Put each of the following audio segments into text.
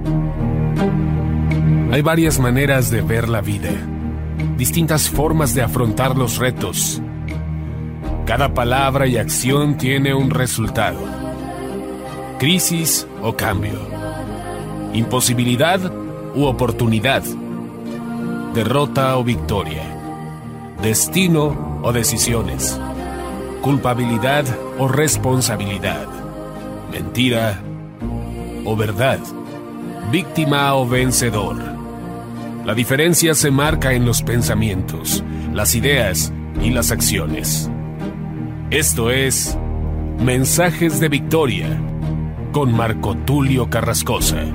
Hay varias maneras de ver la vida, distintas formas de afrontar los retos. Cada palabra y acción tiene un resultado. Crisis o cambio. Imposibilidad u oportunidad. Derrota o victoria. Destino o decisiones. Culpabilidad o responsabilidad. Mentira o verdad. Víctima o vencedor. La diferencia se marca en los pensamientos, las ideas y las acciones. Esto es Mensajes de Victoria con Marco Tulio Carrascosa.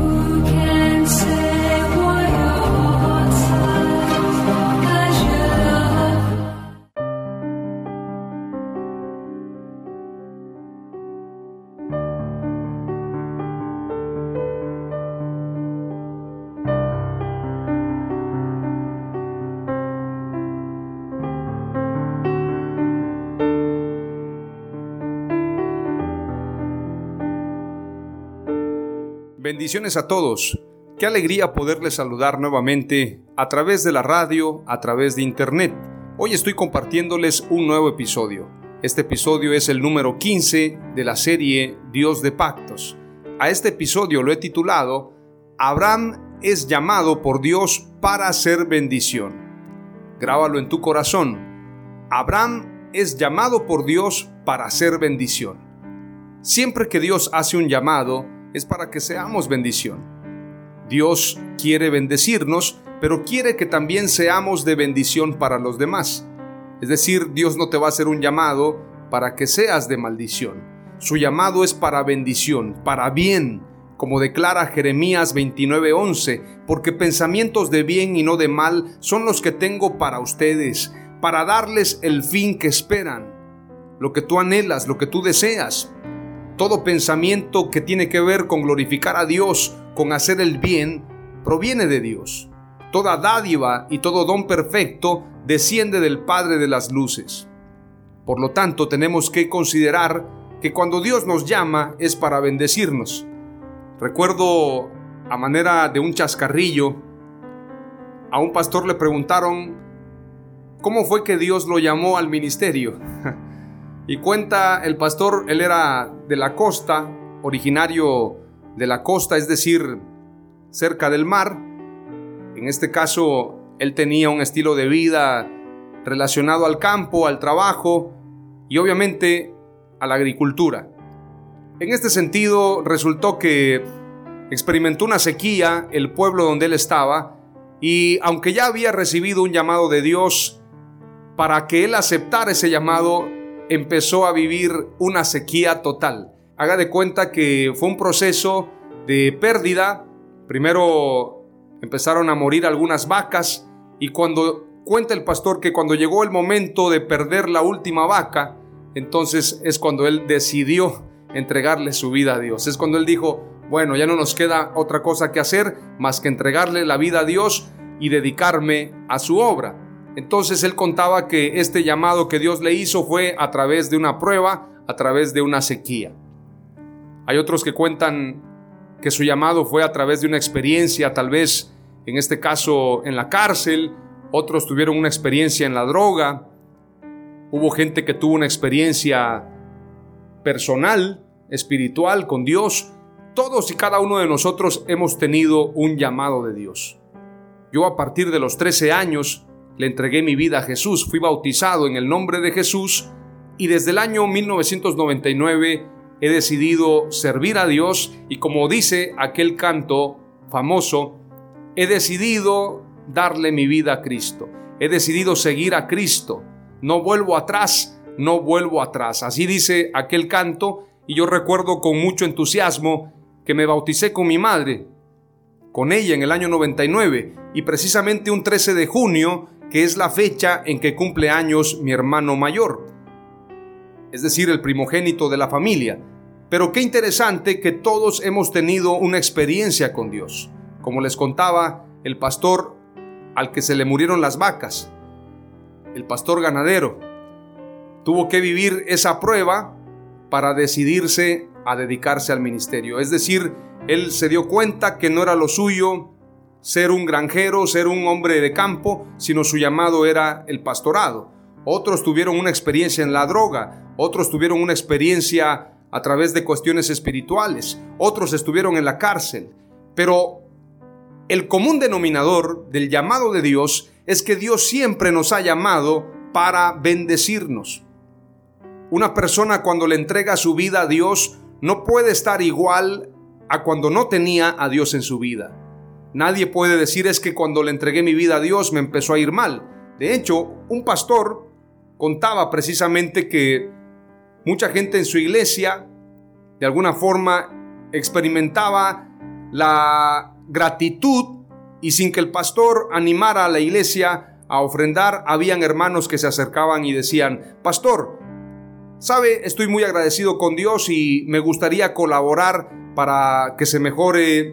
Bendiciones a todos. Qué alegría poderles saludar nuevamente a través de la radio, a través de internet. Hoy estoy compartiéndoles un nuevo episodio. Este episodio es el número 15 de la serie Dios de Pactos. A este episodio lo he titulado Abraham es llamado por Dios para ser bendición. Grábalo en tu corazón. Abraham es llamado por Dios para ser bendición. Siempre que Dios hace un llamado, es para que seamos bendición. Dios quiere bendecirnos, pero quiere que también seamos de bendición para los demás. Es decir, Dios no te va a hacer un llamado para que seas de maldición. Su llamado es para bendición, para bien, como declara Jeremías 29:11, porque pensamientos de bien y no de mal son los que tengo para ustedes, para darles el fin que esperan, lo que tú anhelas, lo que tú deseas. Todo pensamiento que tiene que ver con glorificar a Dios, con hacer el bien, proviene de Dios. Toda dádiva y todo don perfecto desciende del Padre de las luces. Por lo tanto, tenemos que considerar que cuando Dios nos llama es para bendecirnos. Recuerdo, a manera de un chascarrillo, a un pastor le preguntaron cómo fue que Dios lo llamó al ministerio. Y cuenta el pastor, él era de la costa, originario de la costa, es decir, cerca del mar. En este caso, él tenía un estilo de vida relacionado al campo, al trabajo y obviamente a la agricultura. En este sentido, resultó que experimentó una sequía el pueblo donde él estaba, y aunque ya había recibido un llamado de Dios, para que él aceptara ese llamado, empezó a vivir una sequía total. Haga de cuenta que fue un proceso de pérdida. Primero empezaron a morir algunas vacas, y cuenta el pastor que cuando llegó el momento de perder la última vaca, entonces es cuando él decidió entregarle su vida a Dios. Es cuando él dijo, bueno, ya no nos queda otra cosa que hacer más que entregarle la vida a Dios y dedicarme a su obra. Entonces él contaba que este llamado que Dios le hizo fue a través de una prueba, a través de una sequía. Hay otros que cuentan que su llamado fue a través de una experiencia, tal vez en este caso en la cárcel. Otros tuvieron una experiencia en la droga. Hubo gente que tuvo una experiencia personal, espiritual con Dios. Todos y cada uno de nosotros hemos tenido un llamado de Dios. Yo a partir de los 13 años le entregué mi vida a Jesús, fui bautizado en el nombre de Jesús, y desde el año 1999 he decidido servir a Dios, y como dice aquel canto famoso, he decidido darle mi vida a Cristo, he decidido seguir a Cristo, no vuelvo atrás, no vuelvo atrás. Así dice aquel canto, y yo recuerdo con mucho entusiasmo que me bauticé con mi madre, con ella en el año 99, y precisamente un 13 de junio, que es la fecha en que cumple años mi hermano mayor, es decir, el primogénito de la familia. Pero qué interesante que todos hemos tenido una experiencia con Dios. Como les contaba, el pastor al que se le murieron las vacas, el pastor ganadero, tuvo que vivir esa prueba para decidirse a dedicarse al ministerio. Es decir, Él se dio cuenta que no era lo suyo ser un granjero, ser un hombre de campo, sino su llamado era el pastorado. Otros tuvieron una experiencia en la droga, otros tuvieron una experiencia a través de cuestiones espirituales, otros estuvieron en la cárcel. Pero el común denominador del llamado de Dios es que Dios siempre nos ha llamado para bendecirnos. Una persona, cuando le entrega su vida a Dios, no puede estar igual a cuando no tenía a Dios en su vida. Nadie puede decir: es que cuando le entregué mi vida a Dios me empezó a ir mal. De hecho, un pastor contaba precisamente que mucha gente en su iglesia de alguna forma experimentaba la gratitud, y sin que el pastor animara a la iglesia a ofrendar, habían hermanos que se acercaban y decían: pastor, ¿sabe? Estoy muy agradecido con Dios y me gustaría colaborar para que se mejore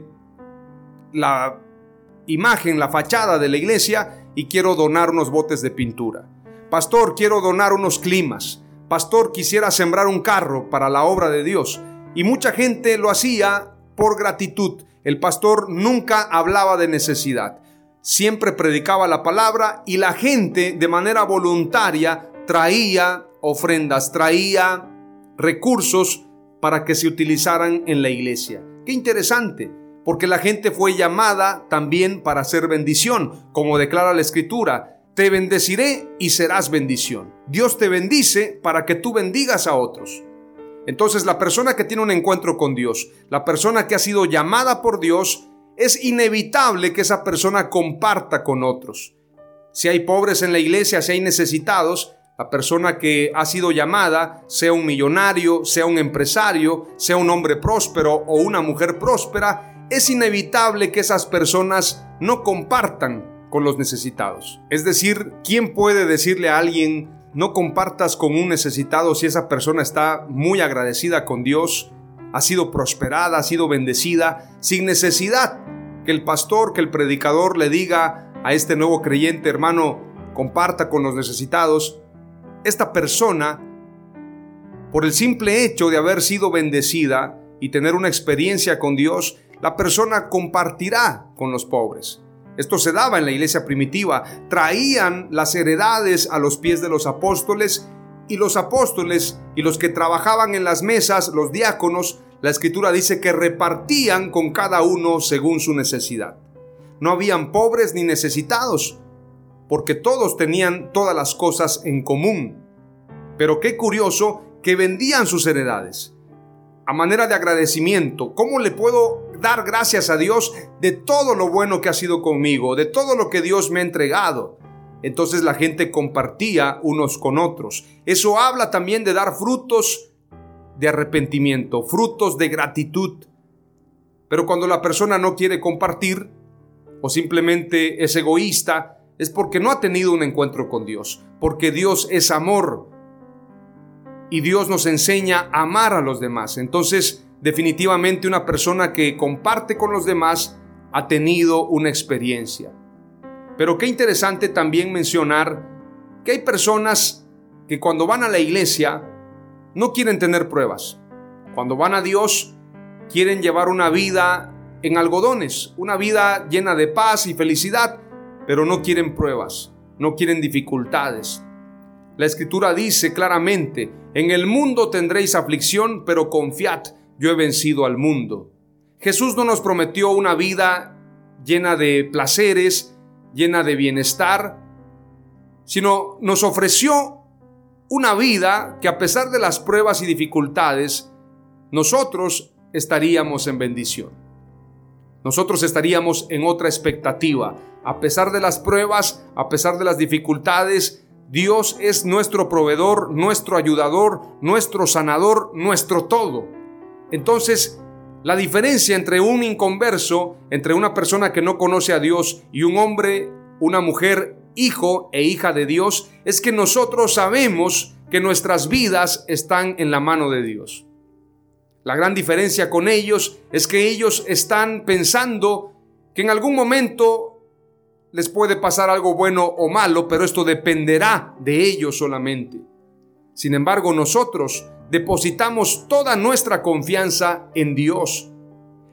la imagen, la fachada de la iglesia, y quiero donar unos botes de pintura. Pastor, quiero donar unos climas. Pastor, quisiera sembrar un carro para la obra de Dios. Y mucha gente lo hacía por gratitud. El pastor nunca hablaba de necesidad. Siempre predicaba la palabra, y la gente de manera voluntaria traía ofrendas, traía recursos para que se utilizaran en la iglesia. Qué interesante, porque la gente fue llamada también para hacer bendición, como declara la Escritura: te bendeciré y serás bendición. Dios te bendice para que tú bendigas a otros. Entonces, la persona que tiene un encuentro con Dios, la persona que ha sido llamada por Dios, es inevitable que esa persona comparta con otros. Si hay pobres en la iglesia, si hay necesitados, la persona que ha sido llamada, sea un millonario, sea un empresario, sea un hombre próspero o una mujer próspera, es inevitable que esas personas no compartan con los necesitados. Es decir, ¿quién puede decirle a alguien: no compartas con un necesitado, si esa persona está muy agradecida con Dios, ha sido prosperada, ha sido bendecida, sin necesidad que el pastor, que el predicador le diga a este nuevo creyente: hermano, comparta con los necesitados? Esta persona, por el simple hecho de haber sido bendecida y tener una experiencia con Dios, la persona compartirá con los pobres. Esto se daba en la iglesia primitiva. Traían las heredades a los pies de los apóstoles, y los apóstoles y los que trabajaban en las mesas, los diáconos, la Escritura dice que repartían con cada uno según su necesidad. No habían pobres ni necesitados, porque todos tenían todas las cosas en común. Pero qué curioso que vendían sus heredades a manera de agradecimiento. ¿Cómo le puedo dar gracias a Dios de todo lo bueno que ha sido conmigo, de todo lo que Dios me ha entregado? Entonces la gente compartía unos con otros. Eso habla también de dar frutos de arrepentimiento, frutos de gratitud. Pero cuando la persona no quiere compartir o simplemente es egoísta, es porque no ha tenido un encuentro con Dios, porque Dios es amor y Dios nos enseña a amar a los demás. Entonces, definitivamente una persona que comparte con los demás ha tenido una experiencia. Pero qué interesante también mencionar que hay personas que cuando van a la iglesia no quieren tener pruebas. Cuando van a Dios quieren llevar una vida en algodones, una vida llena de paz y felicidad, pero no quieren pruebas, no quieren dificultades. La Escritura dice claramente: en el mundo tendréis aflicción, pero confiad, yo he vencido al mundo. Jesús no nos prometió una vida llena de placeres, llena de bienestar, sino nos ofreció una vida que, a pesar de las pruebas y dificultades, nosotros estaríamos en bendición. Nosotros estaríamos en otra expectativa. A pesar de las pruebas, a pesar de las dificultades, Dios es nuestro proveedor, nuestro ayudador, nuestro sanador, nuestro todo. Entonces, la diferencia entre un inconverso, entre una persona que no conoce a Dios, y un hombre, una mujer, hijo e hija de Dios, es que nosotros sabemos que nuestras vidas están en la mano de Dios. La gran diferencia con ellos es que ellos están pensando que en algún momento les puede pasar algo bueno o malo, pero esto dependerá de ellos solamente. Sin embargo, nosotros depositamos toda nuestra confianza en Dios.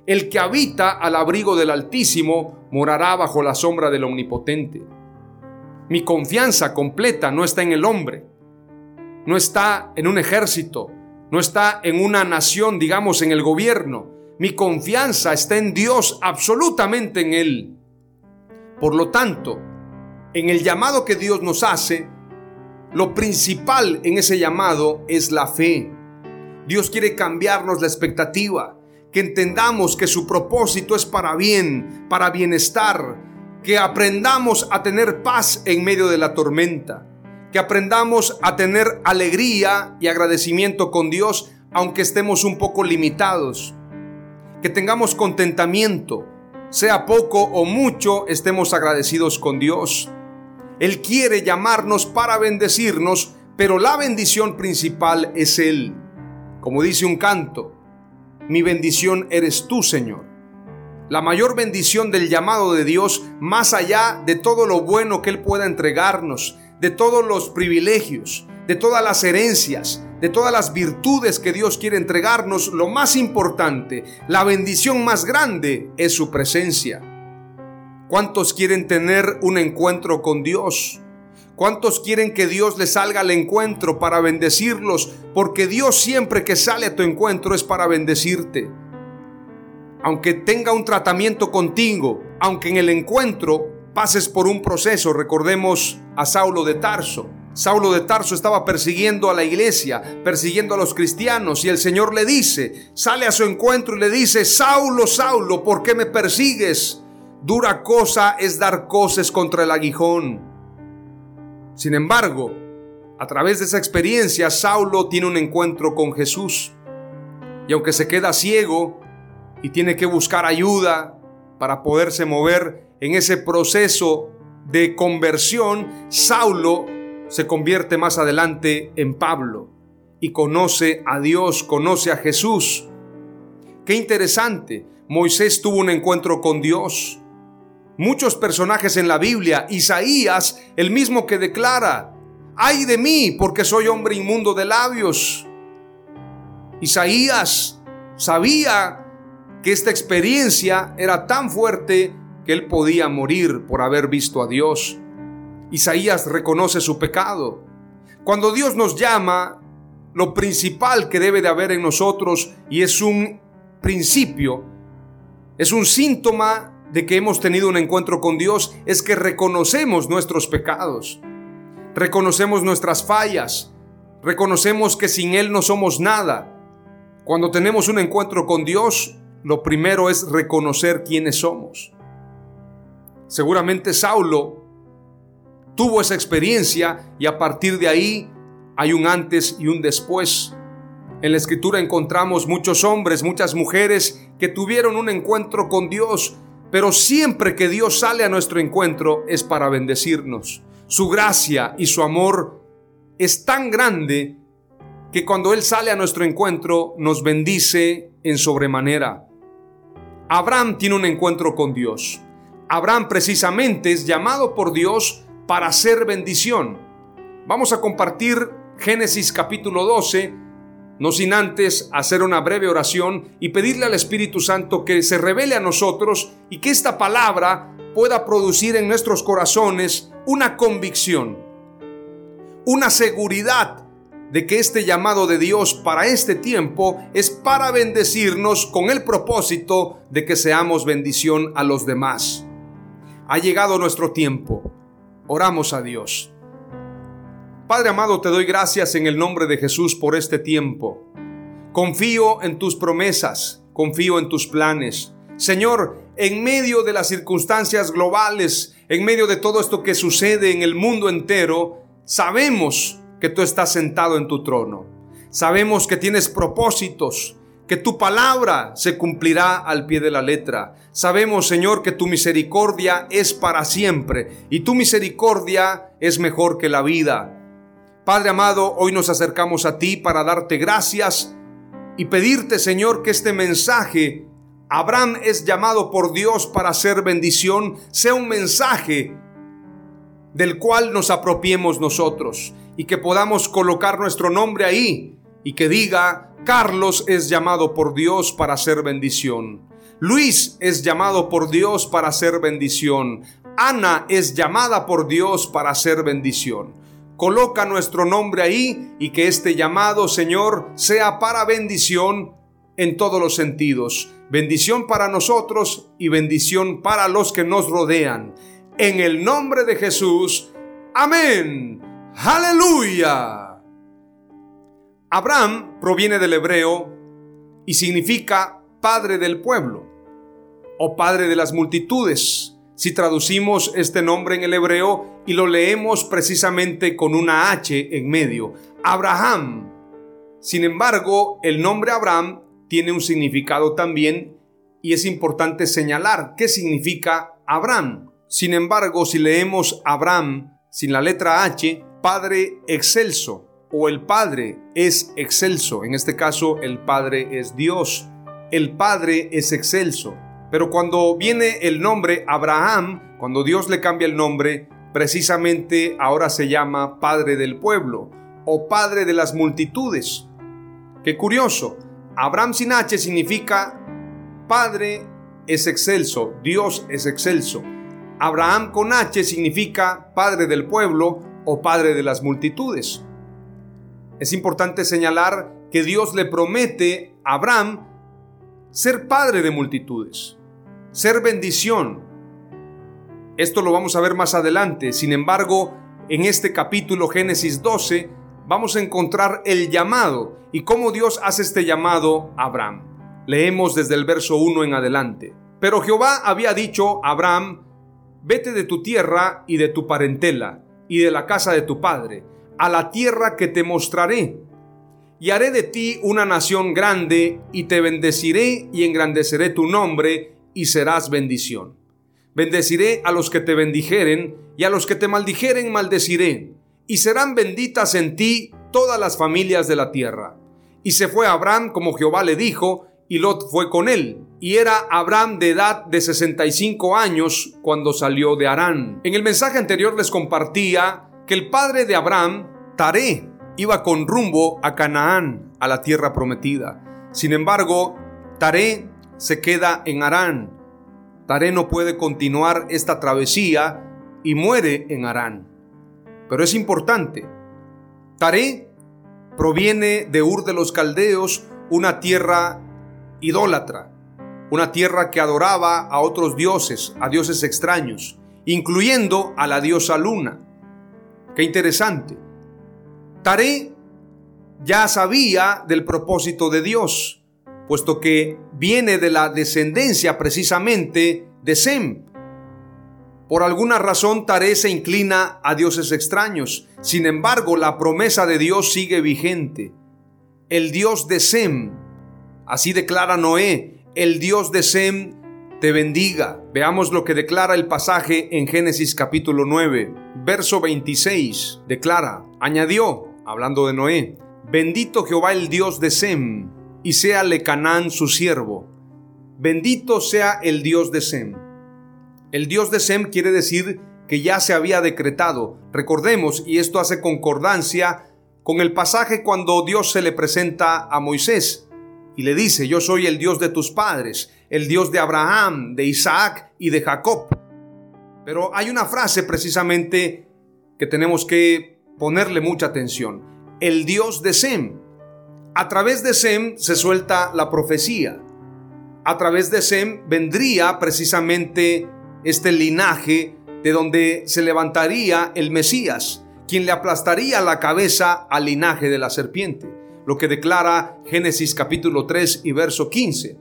El que habita al abrigo del Altísimo morará bajo la sombra del Omnipotente. Mi confianza completa no está en el hombre, no está en un ejército, no está en una nación, digamos, en el gobierno. Mi confianza está en Dios, absolutamente en Él. Por lo tanto, en el llamado que Dios nos hace, lo principal en ese llamado es la fe. Dios quiere cambiarnos la expectativa, que entendamos que su propósito es para bien, para bienestar, que aprendamos a tener paz en medio de la tormenta, que aprendamos a tener alegría y agradecimiento con Dios, aunque estemos un poco limitados, que tengamos contentamiento, sea poco o mucho, estemos agradecidos con Dios. Él quiere llamarnos para bendecirnos, pero la bendición principal es Él. Como dice un canto, mi bendición eres tú, Señor. La mayor bendición del llamado de Dios, más allá de todo lo bueno que Él pueda entregarnos, de todos los privilegios, de todas las herencias, de todas las virtudes que Dios quiere entregarnos, lo más importante, la bendición más grande es su presencia. ¿Cuántos quieren tener un encuentro con Dios? ¿Cuántos quieren que Dios les salga al encuentro para bendecirlos? Porque Dios siempre que sale a tu encuentro es para bendecirte. Aunque tenga un tratamiento contigo, aunque en el encuentro pases por un proceso, recordemos a Saulo de Tarso. Saulo de Tarso estaba persiguiendo a la iglesia, persiguiendo a los cristianos, y el Señor le dice, sale a su encuentro y le dice, Saulo, Saulo, ¿por qué me persigues? Dura cosa es dar coces contra el aguijón. Sin embargo, a través de esa experiencia, Saulo tiene un encuentro con Jesús. Y aunque se queda ciego y tiene que buscar ayuda para poderse mover en ese proceso de conversión, Saulo se convierte más adelante en Pablo y conoce a Dios, conoce a Jesús. Qué interesante, Moisés tuvo un encuentro con Dios. Muchos personajes en la Biblia, Isaías, el mismo que declara, ¡ay de mí, porque soy hombre inmundo de labios! Isaías sabía que esta experiencia era tan fuerte que él podía morir por haber visto a Dios. Isaías reconoce su pecado. Cuando Dios nos llama, lo principal que debe de haber en nosotros, y es un principio, es un síntoma de que hemos tenido un encuentro con Dios, es que reconocemos nuestros pecados, reconocemos nuestras fallas, reconocemos que sin Él no somos nada. Cuando tenemos un encuentro con Dios, lo primero es reconocer quiénes somos. Seguramente Saulo tuvo esa experiencia y a partir de ahí hay un antes y un después. En la Escritura encontramos muchos hombres, muchas mujeres que tuvieron un encuentro con Dios, pero siempre que Dios sale a nuestro encuentro es para bendecirnos. Su gracia y su amor es tan grande que cuando Él sale a nuestro encuentro nos bendice en sobremanera. Abraham tiene un encuentro con Dios. Abraham precisamente es llamado por Dios para hacer bendición. Vamos a compartir Génesis capítulo 12, no sin antes hacer una breve oración y pedirle al Espíritu Santo que se revele a nosotros y que esta palabra pueda producir en nuestros corazones una convicción, una seguridad de que este llamado de Dios para este tiempo es para bendecirnos con el propósito de que seamos bendición a los demás. Ha llegado nuestro tiempo. Oramos a Dios. Padre amado, te doy gracias en el nombre de Jesús por este tiempo. Confío en tus promesas, confío en tus planes. Señor, en medio de las circunstancias globales, en medio de todo esto que sucede en el mundo entero, sabemos que tú estás sentado en tu trono. Sabemos que tienes propósitos, que tu palabra se cumplirá al pie de la letra. Sabemos, Señor, que tu misericordia es para siempre y tu misericordia es mejor que la vida. Padre amado, hoy nos acercamos a ti para darte gracias y pedirte, Señor, que este mensaje, Abraham es llamado por Dios para hacer bendición, sea un mensaje del cual nos apropiemos nosotros y que podamos colocar nuestro nombre ahí y que diga, Carlos es llamado por Dios para hacer bendición. Luis es llamado por Dios para ser bendición. Ana es llamada por Dios para ser bendición. Coloca nuestro nombre ahí y que este llamado, Señor, sea para bendición en todos los sentidos. Bendición para nosotros y bendición para los que nos rodean. En el nombre de Jesús. Amén. ¡Aleluya! Abraham proviene del hebreo y significa padre del pueblo o padre de las multitudes. Si traducimos este nombre en el hebreo y lo leemos precisamente con una H en medio, Abraham. Sin embargo, el nombre Abraham tiene un significado también y es importante señalar qué significa Abraham. Sin embargo, si leemos Abraham sin la letra H, Padre excelso, o el Padre es excelso. En este caso, el Padre es Dios. El Padre es excelso. Pero cuando viene el nombre Abraham, cuando Dios le cambia el nombre, precisamente ahora se llama Padre del pueblo o Padre de las multitudes. Qué curioso. Abraham sin H significa Padre es excelso, Dios es excelso. Abraham con H significa Padre del pueblo o Padre de las multitudes. Es importante señalar que Dios le promete a Abraham ser padre de multitudes, ser bendición. Esto lo vamos a ver más adelante. Sin embargo, en este capítulo Génesis 12 vamos a encontrar el llamado y cómo Dios hace este llamado a Abraham. Leemos desde el verso 1 en adelante. Pero Jehová había dicho a Abraham: vete de tu tierra y de tu parentela y de la casa de tu padre, a la tierra que te mostraré. Y haré de ti una nación grande, y te bendeciré y engrandeceré tu nombre, y serás bendición. Bendeciré a los que te bendijeren, y a los que te maldijeren maldeciré, y serán benditas en ti todas las familias de la tierra. Y se fue Abraham como Jehová le dijo, y Lot fue con él. Y era Abraham de edad de 65 años cuando salió de Harán. En el mensaje anterior les compartía que el padre de Abraham, Taré, iba con rumbo a Canaán, a la tierra prometida. Sin embargo, Taré se queda en Harán. Taré no puede continuar esta travesía y muere en Harán. Pero es importante. Taré proviene de Ur de los Caldeos, una tierra idólatra, una tierra que adoraba a otros dioses, a dioses extraños, incluyendo a la diosa Luna. Qué interesante. Taré ya sabía del propósito de Dios, puesto que viene de la descendencia precisamente de Sem. Por alguna razón Taré se inclina a dioses extraños. Sin embargo, la promesa de Dios sigue vigente. El Dios de Sem, así declara Noé, el Dios de Sem te bendiga. Veamos lo que declara el pasaje en Génesis capítulo 9, verso 26. Declara, añadió, hablando de Noé: bendito Jehová el Dios de Sem, y séale Canaán su siervo. Bendito sea el Dios de Sem. El Dios de Sem quiere decir que ya se había decretado. Recordemos, y esto hace concordancia con el pasaje cuando Dios se le presenta a Moisés y le dice: yo soy el Dios de tus padres, el Dios de Abraham, de Isaac y de Jacob. Pero hay una frase precisamente que tenemos que ponerle mucha atención: el Dios de Sem. A través de Sem se suelta la profecía. A través de Sem vendría precisamente este linaje de donde se levantaría el Mesías, quien le aplastaría la cabeza al linaje de la serpiente, lo que declara Génesis capítulo 3 y verso 15.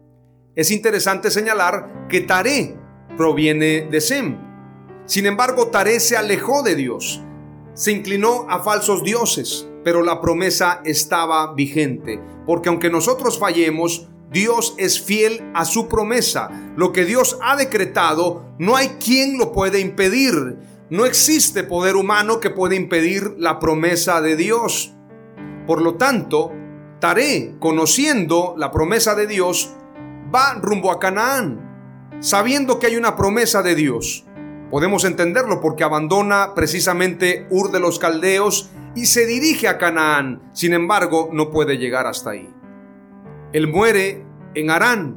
Es interesante señalar que Taré proviene de Sem. Sin embargo, Taré se alejó de Dios, se inclinó a falsos dioses, pero la promesa estaba vigente, porque aunque nosotros fallemos, Dios es fiel a su promesa. Lo que Dios ha decretado, no hay quien lo puede impedir. No existe poder humano que pueda impedir la promesa de Dios. Por lo tanto, Taré, conociendo la promesa de Dios, va rumbo a Canaán, sabiendo que hay una promesa de Dios. Podemos entenderlo porque abandona precisamente Ur de los Caldeos y se dirige a Canaán. Sin embargo, no puede llegar hasta ahí. Él muere en Harán,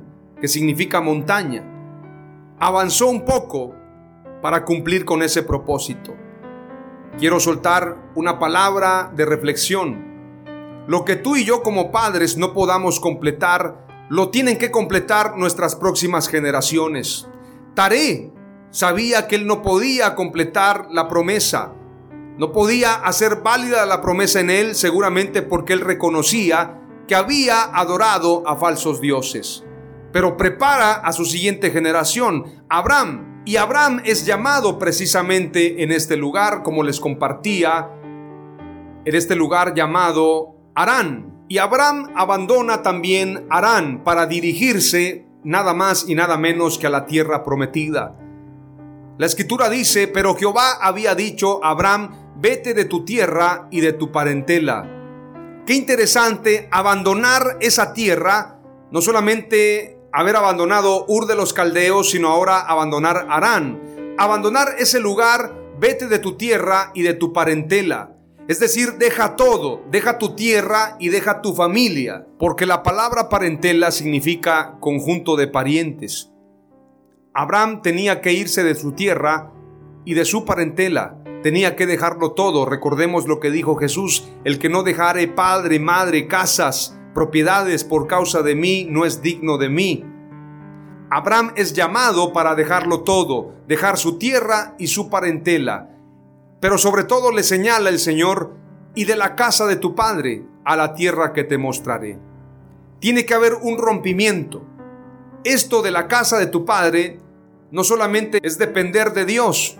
que significa montaña. Avanzó un poco para cumplir con ese propósito. Quiero soltar una palabra de reflexión. Lo que tú y yo como padres no podamos completar, lo tienen que completar nuestras próximas generaciones. Taré sabía que él no podía completar la promesa, no podía hacer válida la promesa en él, seguramente porque él reconocía que había adorado a falsos dioses. Pero prepara a su siguiente generación, Abraham. Y Abraham es llamado precisamente en este lugar, como les compartía, en este lugar llamado Harán. Y Abraham abandona también Harán para dirigirse nada más y nada menos que a la tierra prometida. La escritura dice: pero Jehová había dicho a Abraham: vete de tu tierra y de tu parentela. Qué interesante abandonar esa tierra, no solamente haber abandonado Ur de los Caldeos, sino ahora abandonar Harán. Abandonar ese lugar, vete de tu tierra y de tu parentela. Es decir, deja todo, deja tu tierra y deja tu familia, porque la palabra parentela significa conjunto de parientes. Abraham tenía que irse de su tierra y de su parentela, tenía que dejarlo todo. Recordemos lo que dijo Jesús: el que no dejare padre, madre, casas, propiedades por causa de mí, no es digno de mí. Abraham es llamado para dejarlo todo, dejar su tierra y su parentela. Pero sobre todo le señala el Señor: y de la casa de tu padre a la tierra que te mostraré. Tiene que haber un rompimiento. Esto de la casa de tu padre no solamente es depender de Dios.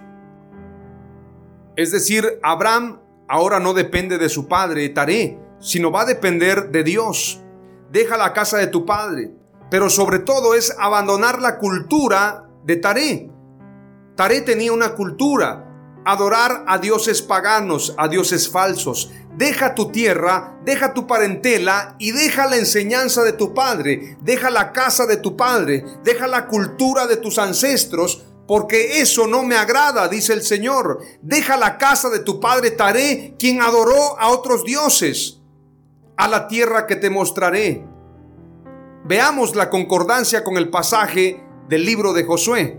Es decir, Abraham ahora no depende de su padre, Taré, sino va a depender de Dios. Deja la casa de tu padre, pero sobre todo es abandonar la cultura de Taré. Taré tenía una cultura: adorar a dioses paganos, a dioses falsos. Deja tu tierra, deja tu parentela y deja la enseñanza de tu padre, deja la casa de tu padre, deja la cultura de tus ancestros, porque eso no me agrada, dice el Señor. Deja la casa de tu padre Taré, quien adoró a otros dioses, a la tierra que te mostraré. Veamos la concordancia con el pasaje del libro de Josué.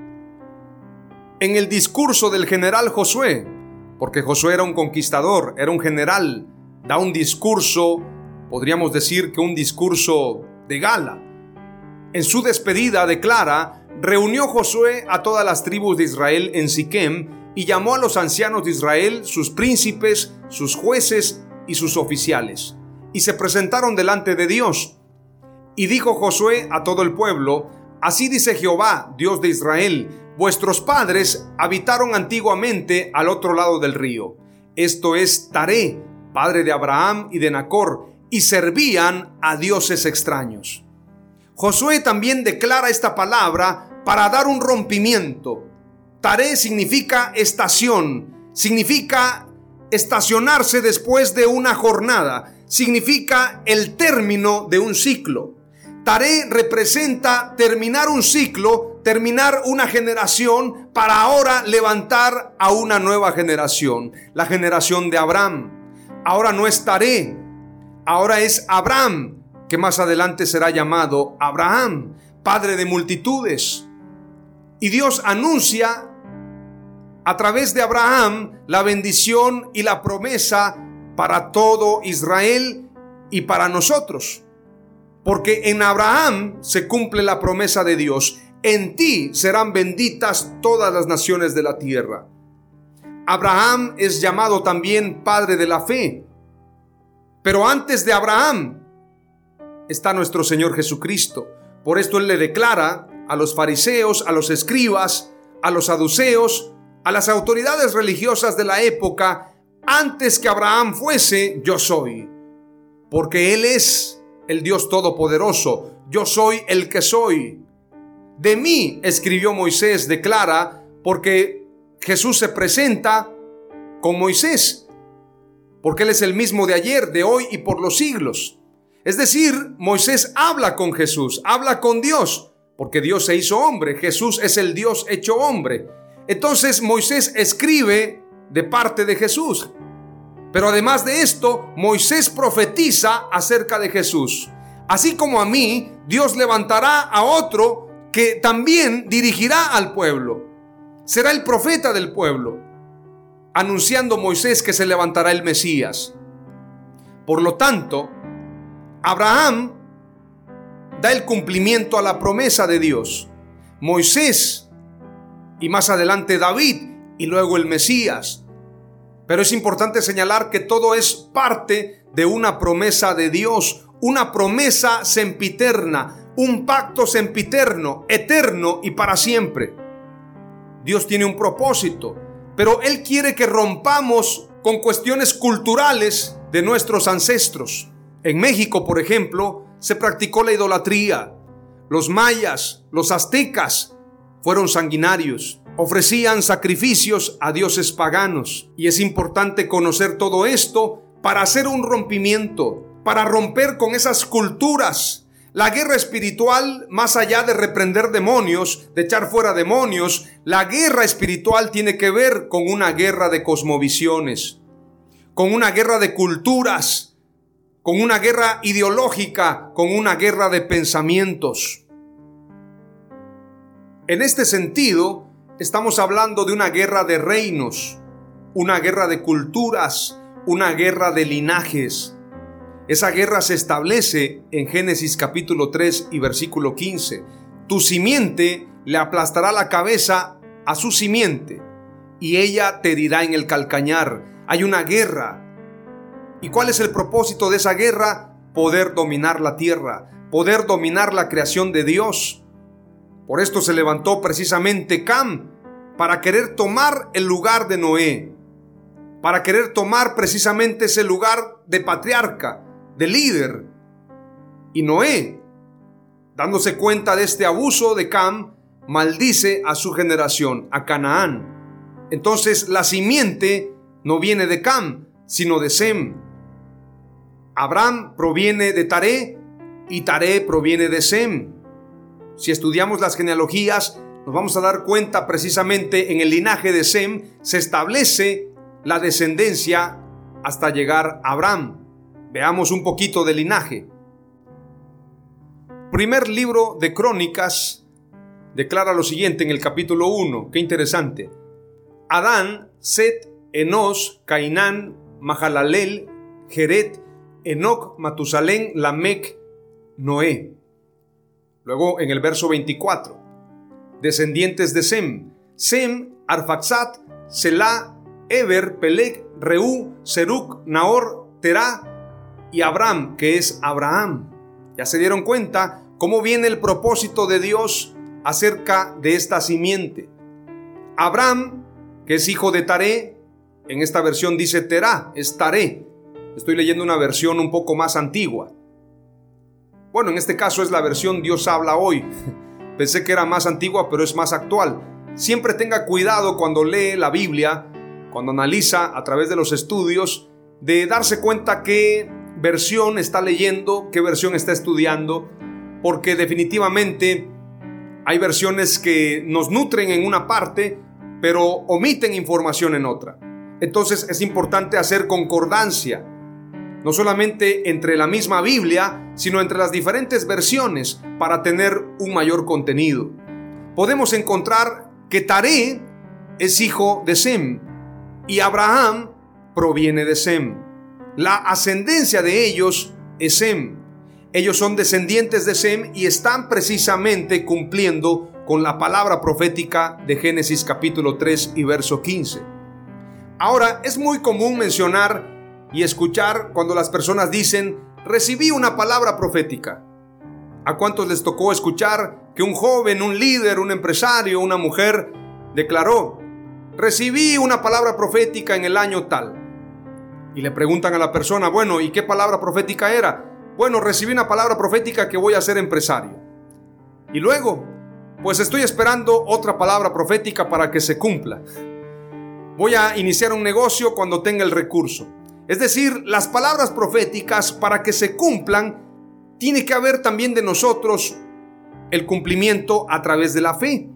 En el discurso del general Josué, porque Josué era un conquistador, era un general, da un discurso, podríamos decir que un discurso de gala. En su despedida declara: reunió Josué a todas las tribus de Israel en Siquem y llamó a los ancianos de Israel, sus príncipes, sus jueces y sus oficiales, y se presentaron delante de Dios. Y dijo Josué a todo el pueblo: así dice Jehová, Dios de Israel: vuestros padres habitaron antiguamente al otro lado del río, esto es Taré, padre de Abraham y de Nacor, y servían a dioses extraños. Josué también declara esta palabra para dar un rompimiento. Taré significa estación, significa estacionarse después de una jornada, significa el término de un ciclo. Taré representa terminar un ciclo, terminar una generación, para ahora levantar a una nueva generación, la generación de Abraham. Ahora no es Taré, ahora es Abraham, que más adelante será llamado Abraham, padre de multitudes. Y Dios anuncia a través de Abraham la bendición y la promesa para todo Israel y para nosotros. Porque en Abraham se cumple la promesa de Dios: en ti serán benditas todas las naciones de la tierra. Abraham es llamado también padre de la fe. Pero antes de Abraham está nuestro Señor Jesucristo. Por esto Él le declara a los fariseos, a los escribas, a los saduceos, a las autoridades religiosas de la época: antes que Abraham fuese, yo soy. Porque Él es el Dios Todopoderoso. Yo soy el que soy. De mí, escribió Moisés, declara, porque Jesús se presenta con Moisés, porque Él es el mismo de ayer, de hoy y por los siglos. Es decir, Moisés habla con Jesús, habla con Dios, porque Dios se hizo hombre. Jesús es el Dios hecho hombre. Entonces Moisés escribe de parte de Jesús. Pero además de esto, Moisés profetiza acerca de Jesús. Así como a mí, Dios levantará a otro que también dirigirá al pueblo. Será el profeta del pueblo, anunciando Moisés que se levantará el Mesías. Por lo tanto, Abraham da el cumplimiento a la promesa de Dios. Moisés y más adelante David y luego el Mesías. Pero es importante señalar que todo es parte de una promesa de Dios, una promesa sempiterna, un pacto sempiterno, eterno y para siempre. Dios tiene un propósito, pero Él quiere que rompamos con cuestiones culturales de nuestros ancestros. En México, por ejemplo, se practicó la idolatría. Los mayas, los aztecas fueron sanguinarios, ofrecían sacrificios a dioses paganos. Y es importante conocer todo esto para hacer un rompimiento, para romper con esas culturas. La guerra espiritual, más allá de reprender demonios, de echar fuera demonios, la guerra espiritual tiene que ver con una guerra de cosmovisiones, con una guerra de culturas, con una guerra ideológica, con una guerra de pensamientos. En este sentido, estamos hablando de una guerra de reinos, una guerra de culturas, una guerra de linajes. Esa guerra se establece en Génesis capítulo 3 y versículo 15. Tu simiente le aplastará la cabeza a su simiente y ella te herirá en el calcañar. Hay una guerra. ¿Y cuál es el propósito de esa guerra? Poder dominar la tierra, poder dominar la creación de Dios. Por esto se levantó precisamente Cam, para querer tomar el lugar de Noé, para querer tomar precisamente ese lugar de patriarca, de líder. Y Noé, dándose cuenta de este abuso de Cam, maldice a su generación, a Canaán. Entonces la simiente no viene de Cam, sino de Sem. Abraham proviene de Taré y Taré proviene de Sem. Si estudiamos las genealogías, nos vamos a dar cuenta precisamente en el linaje de Sem se establece la descendencia hasta llegar a Abraham. Veamos un poquito del linaje. Primer libro de Crónicas declara lo siguiente en el capítulo 1. Qué interesante. Adán, Set, Enos, Cainán, Mahalalel, Jeret, Enoc, Matusalén, Lamec, Noé. Luego en el verso 24. Descendientes de Sem. Sem, Arfaxad, Selah, Eber, Peleg, Reú, Seruc, Nahor, Terá y Abraham, que es Abraham. Ya se dieron cuenta cómo viene el propósito de Dios acerca de esta simiente. Abraham, que es hijo de Taré, en esta versión dice Terá, es Taré. Estoy leyendo una versión un poco más antigua. Bueno, en este caso es la versión Dios habla hoy. Pensé que era más antigua, pero es más actual. Siempre tenga cuidado cuando lee la Biblia, cuando analiza a través de los estudios, de darse cuenta qué versión está leyendo, qué versión está estudiando, porque definitivamente hay versiones que nos nutren en una parte, pero omiten información en otra. Entonces es importante hacer concordancia, no solamente entre la misma Biblia, sino entre las diferentes versiones para tener un mayor contenido. Podemos encontrar que Taré es hijo de Sem y Abraham proviene de Sem. La ascendencia de ellos es Sem. Ellos son descendientes de Sem y están precisamente cumpliendo con la palabra profética de Génesis capítulo 3 y verso 15. Ahora, es muy común mencionar y escuchar cuando las personas dicen, recibí una palabra profética. ¿A cuántos les tocó escuchar que un joven, un líder, un empresario, una mujer declaró, recibí una palabra profética en el año tal? Y le preguntan a la persona, bueno, ¿y qué palabra profética era? Bueno, recibí una palabra profética que voy a ser empresario. Y luego, pues estoy esperando otra palabra profética para que se cumpla. Voy a iniciar un negocio cuando tenga el recurso. Es decir, las palabras proféticas, para que se cumplan, tiene que haber también de nosotros el cumplimiento a través de la fe.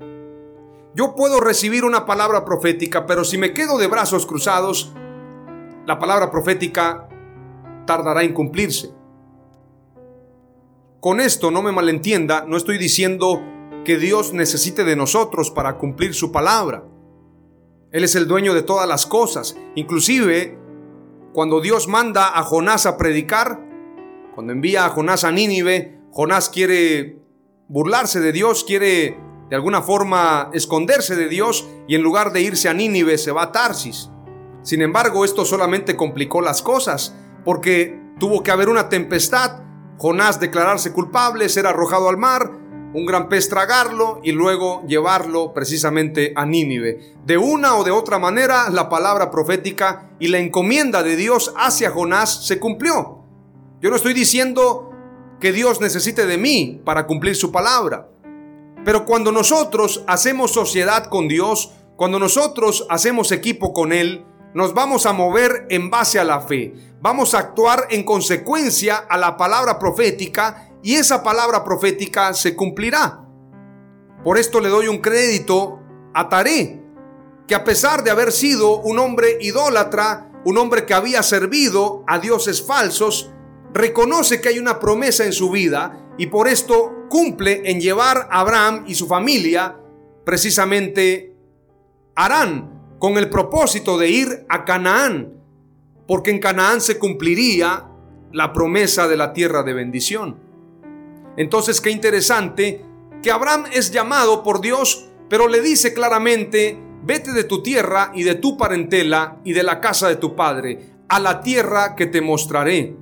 Yo puedo recibir una palabra profética, pero si me quedo de brazos cruzados, la palabra profética tardará en cumplirse. Con esto no me malentienda, no estoy diciendo que Dios necesite de nosotros para cumplir su palabra. Él es el dueño de todas las cosas. Inclusive, cuando Dios manda a Jonás a predicar, cuando envía a Jonás a Nínive, Jonás quiere burlarse de Dios, quiere de alguna forma esconderse de Dios, y en lugar de irse a Nínive se va a Tarsis. Sin embargo, esto solamente complicó las cosas, porque tuvo que haber una tempestad, Jonás declararse culpable, ser arrojado al mar, un gran pez tragarlo y luego llevarlo precisamente a Nínive. De una o de otra manera, la palabra profética y la encomienda de Dios hacia Jonás se cumplió. Yo no estoy diciendo que Dios necesite de mí para cumplir su palabra, pero cuando nosotros hacemos sociedad con Dios, cuando nosotros hacemos equipo con Él, nos vamos a mover en base a la fe. Vamos a actuar en consecuencia a la palabra profética, y esa palabra profética se cumplirá. Por esto le doy un crédito a Taré, que a pesar de haber sido un hombre idólatra, un hombre que había servido a dioses falsos, reconoce que hay una promesa en su vida, y por esto cumple en llevar a Abraham y su familia precisamente a Harán, con el propósito de ir a Canaán, porque en Canaán se cumpliría la promesa de la tierra de bendición. Entonces, qué interesante que Abraham es llamado por Dios, pero le dice claramente: vete de tu tierra y de tu parentela y de la casa de tu padre, a la tierra que te mostraré.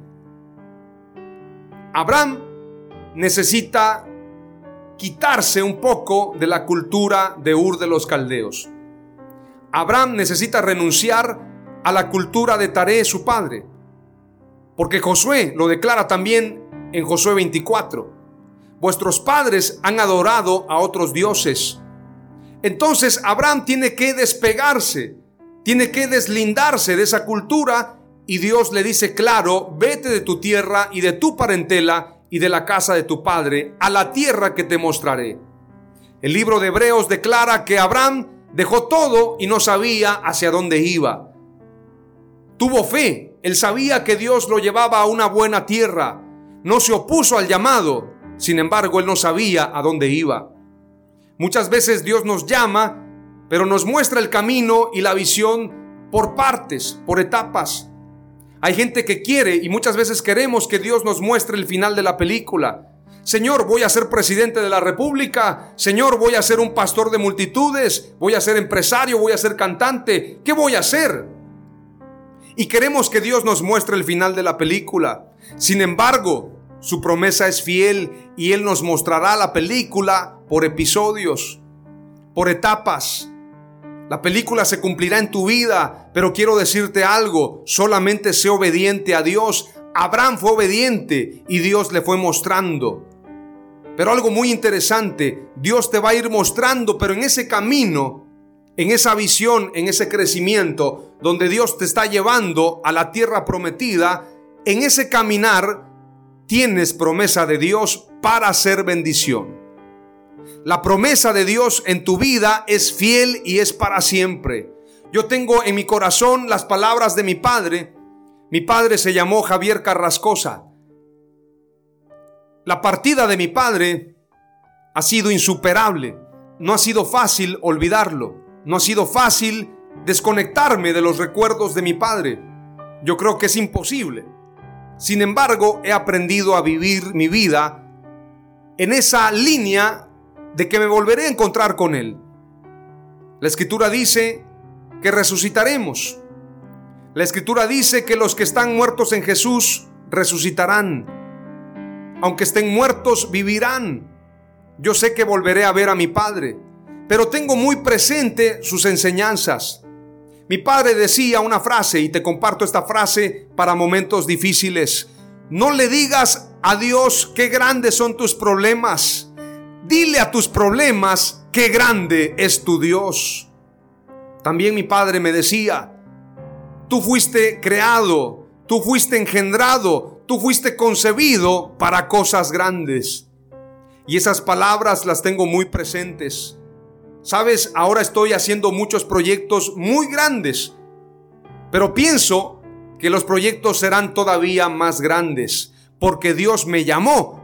Abraham necesita quitarse un poco de la cultura de Ur de los Caldeos. Abraham necesita renunciar a la cultura de Taré, su padre, porque Josué lo declara también en Josué 24. Vuestros padres han adorado a otros dioses. Entonces Abraham tiene que despegarse, tiene que deslindarse de esa cultura, y Dios le dice claro: vete de tu tierra y de tu parentela y de la casa de tu padre, a la tierra que te mostraré. El libro de Hebreos declara que Abraham dejó todo y no sabía hacia dónde iba. Tuvo fe, él sabía que Dios lo llevaba a una buena tierra, no se opuso al llamado, sin embargo él no sabía a dónde iba. Muchas veces Dios nos llama, pero nos muestra el camino y la visión por partes, por etapas. Hay gente que quiere, y muchas veces queremos, que Dios nos muestre el final de la película. Señor, voy a ser presidente de la República. Señor, voy a ser un pastor de multitudes. Voy a ser empresario, voy a ser cantante. ¿Qué voy a hacer? Y queremos que Dios nos muestre el final de la película. Sin embargo, su promesa es fiel, y Él nos mostrará la película por episodios, por etapas. La película se cumplirá en tu vida, pero quiero decirte algo: solamente sé obediente a Dios. Abraham fue obediente y Dios le fue mostrando. Pero algo muy interesante, Dios te va a ir mostrando, pero en ese camino, en esa visión, en ese crecimiento, donde Dios te está llevando a la tierra prometida, en ese caminar tienes promesa de Dios para hacer bendición. La promesa de Dios en tu vida es fiel y es para siempre. Yo tengo en mi corazón las palabras de mi padre. Mi padre se llamó Javier Carrascosa. La partida de mi padre ha sido insuperable. No ha sido fácil olvidarlo. No ha sido fácil desconectarme de los recuerdos de mi padre. Yo creo que es imposible. Sin embargo, he aprendido a vivir mi vida en esa línea de que me volveré a encontrar con Él. La Escritura dice que resucitaremos. La Escritura dice que los que están muertos en Jesús resucitarán. Aunque estén muertos, vivirán. Yo sé que volveré a ver a mi padre, pero tengo muy presente sus enseñanzas. Mi padre decía una frase, y te comparto esta frase para momentos difíciles: no le digas a Dios qué grandes son tus problemas. Dile a tus problemas qué grande es tu Dios. También mi padre me decía: tú fuiste creado, tú fuiste engendrado, tú fuiste concebido para cosas grandes. Y esas palabras las tengo muy presentes. Sabes, ahora estoy haciendo muchos proyectos muy grandes, pero pienso que los proyectos serán todavía más grandes, porque Dios me llamó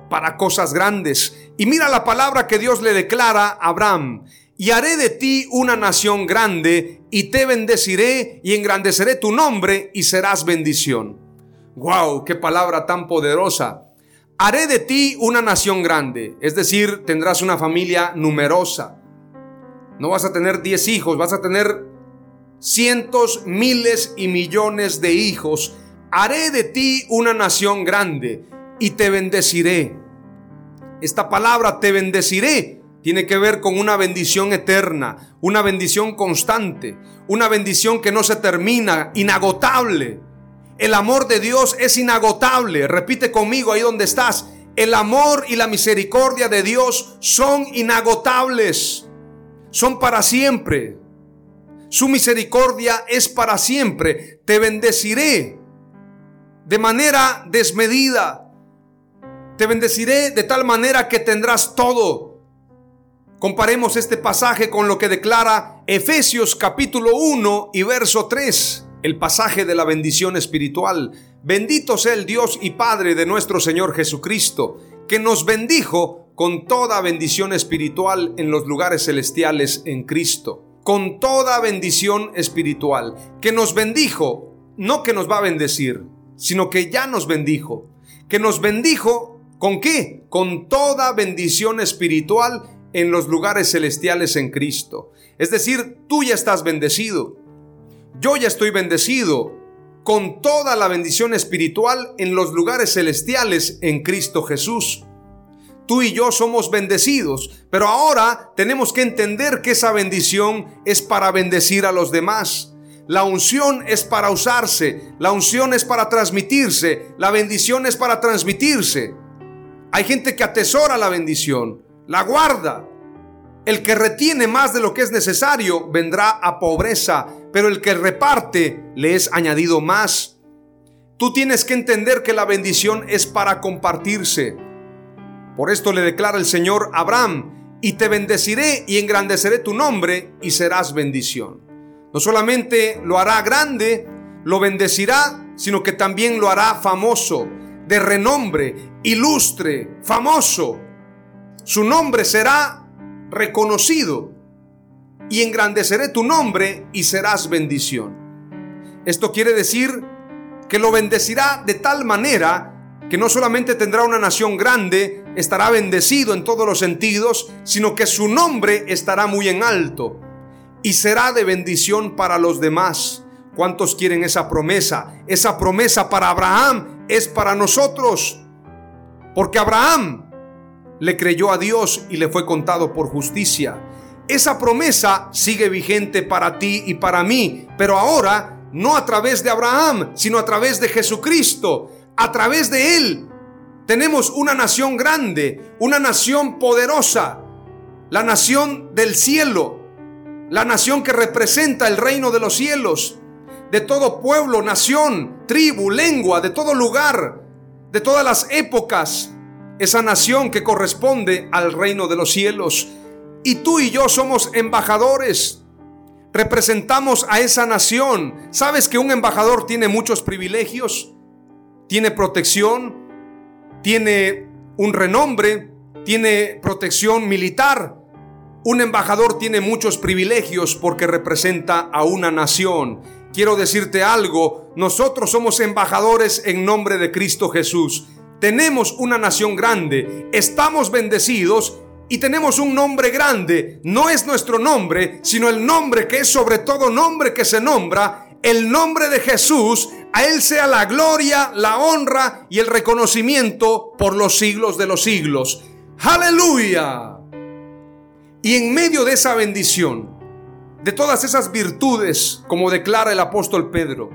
para cosas grandes. Y mira la palabra que Dios le declara a Abraham: y haré de ti una nación grande, y te bendeciré y engrandeceré tu nombre, y serás bendición. ¡Wow! ¡Qué palabra tan poderosa! Haré de ti una nación grande, es decir, tendrás una familia numerosa. No vas a tener 10 hijos, vas a tener cientos, miles y millones de hijos. Haré de ti una nación grande y te bendeciré. Esta palabra te bendeciré tiene que ver con una bendición eterna, una bendición constante, una bendición que no se termina, inagotable. El amor de Dios es inagotable. Repite conmigo ahí donde estás: el amor y la misericordia de Dios son inagotables, son para siempre. Su misericordia es para siempre. Te bendeciré de manera desmedida. Te bendeciré de tal manera que tendrás todo. Comparemos este pasaje con lo que declara Efesios capítulo 1 y verso 3, el pasaje de la bendición espiritual. Bendito sea el Dios y Padre de nuestro Señor Jesucristo, que nos bendijo con toda bendición espiritual en los lugares celestiales en Cristo. Con toda bendición espiritual, que nos bendijo, no que nos va a bendecir, sino que ya nos bendijo. Que nos bendijo, ¿con qué? Con toda bendición espiritual en los lugares celestiales en Cristo. Es decir, tú ya estás bendecido. Yo ya estoy bendecido con toda la bendición espiritual en los lugares celestiales en Cristo Jesús. Tú y yo somos bendecidos, pero ahora tenemos que entender que esa bendición es para bendecir a los demás. La unción es para usarse, la unción es para transmitirse, la bendición es para transmitirse. Hay gente que atesora la bendición, la guarda. El que retiene más de lo que es necesario vendrá a pobreza, pero el que reparte le es añadido más. Tú tienes que entender que la bendición es para compartirse. Por esto le declara el Señor a Abraham: y te bendeciré y engrandeceré tu nombre, y serás bendición. No solamente lo hará grande, lo bendecirá, sino que también lo hará famoso, de renombre, ilustre, famoso. Su nombre será reconocido. Y engrandeceré tu nombre y serás bendición. Esto quiere decir que lo bendecirá de tal manera que no solamente tendrá una nación grande, estará bendecido en todos los sentidos, sino que su nombre estará muy en alto y será de bendición para los demás. ¿Cuántos quieren esa promesa? Esa promesa para Abraham es para nosotros, porque Abraham le creyó a Dios y le fue contado por justicia. Esa promesa sigue vigente para ti y para mí, pero ahora no a través de Abraham, sino a través de Jesucristo. A través de Él tenemos una nación grande, una nación poderosa, la nación del cielo, la nación que representa el reino de los cielos, de todo pueblo, nación, tribu, lengua, de todo lugar, de todas las épocas. Esa nación que corresponde al reino de los cielos. Y tú y yo somos embajadores. Representamos a esa nación. ¿Sabes que un embajador tiene muchos privilegios? Tiene protección, tiene un renombre, tiene protección militar. Un embajador tiene muchos privilegios porque representa a una nación. Quiero decirte algo: nosotros somos embajadores en nombre de Cristo Jesús. Tenemos una nación grande, estamos bendecidos y tenemos un nombre grande. No es nuestro nombre, sino el nombre que es sobre todo nombre que se nombra, el nombre de Jesús. A Él sea la gloria, la honra y el reconocimiento por los siglos de los siglos. ¡Aleluya! Y en medio de esa bendición, de todas esas virtudes, como declara el apóstol Pedro,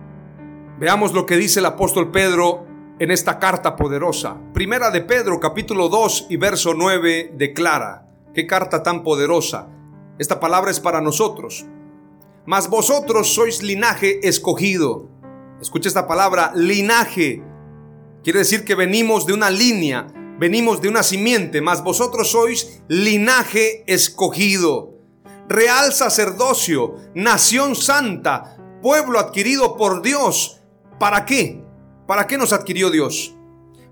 veamos lo que dice el apóstol Pedro en esta carta poderosa. Primera de Pedro, capítulo 2 y verso 9 declara: qué carta tan poderosa. Esta palabra es para nosotros. Mas vosotros sois linaje escogido. Escucha esta palabra, linaje. Quiere decir que venimos de una línea, venimos de una simiente. Mas vosotros sois linaje escogido, real sacerdocio, nación santa, pueblo adquirido por Dios. ¿Para qué? ¿Para qué nos adquirió Dios?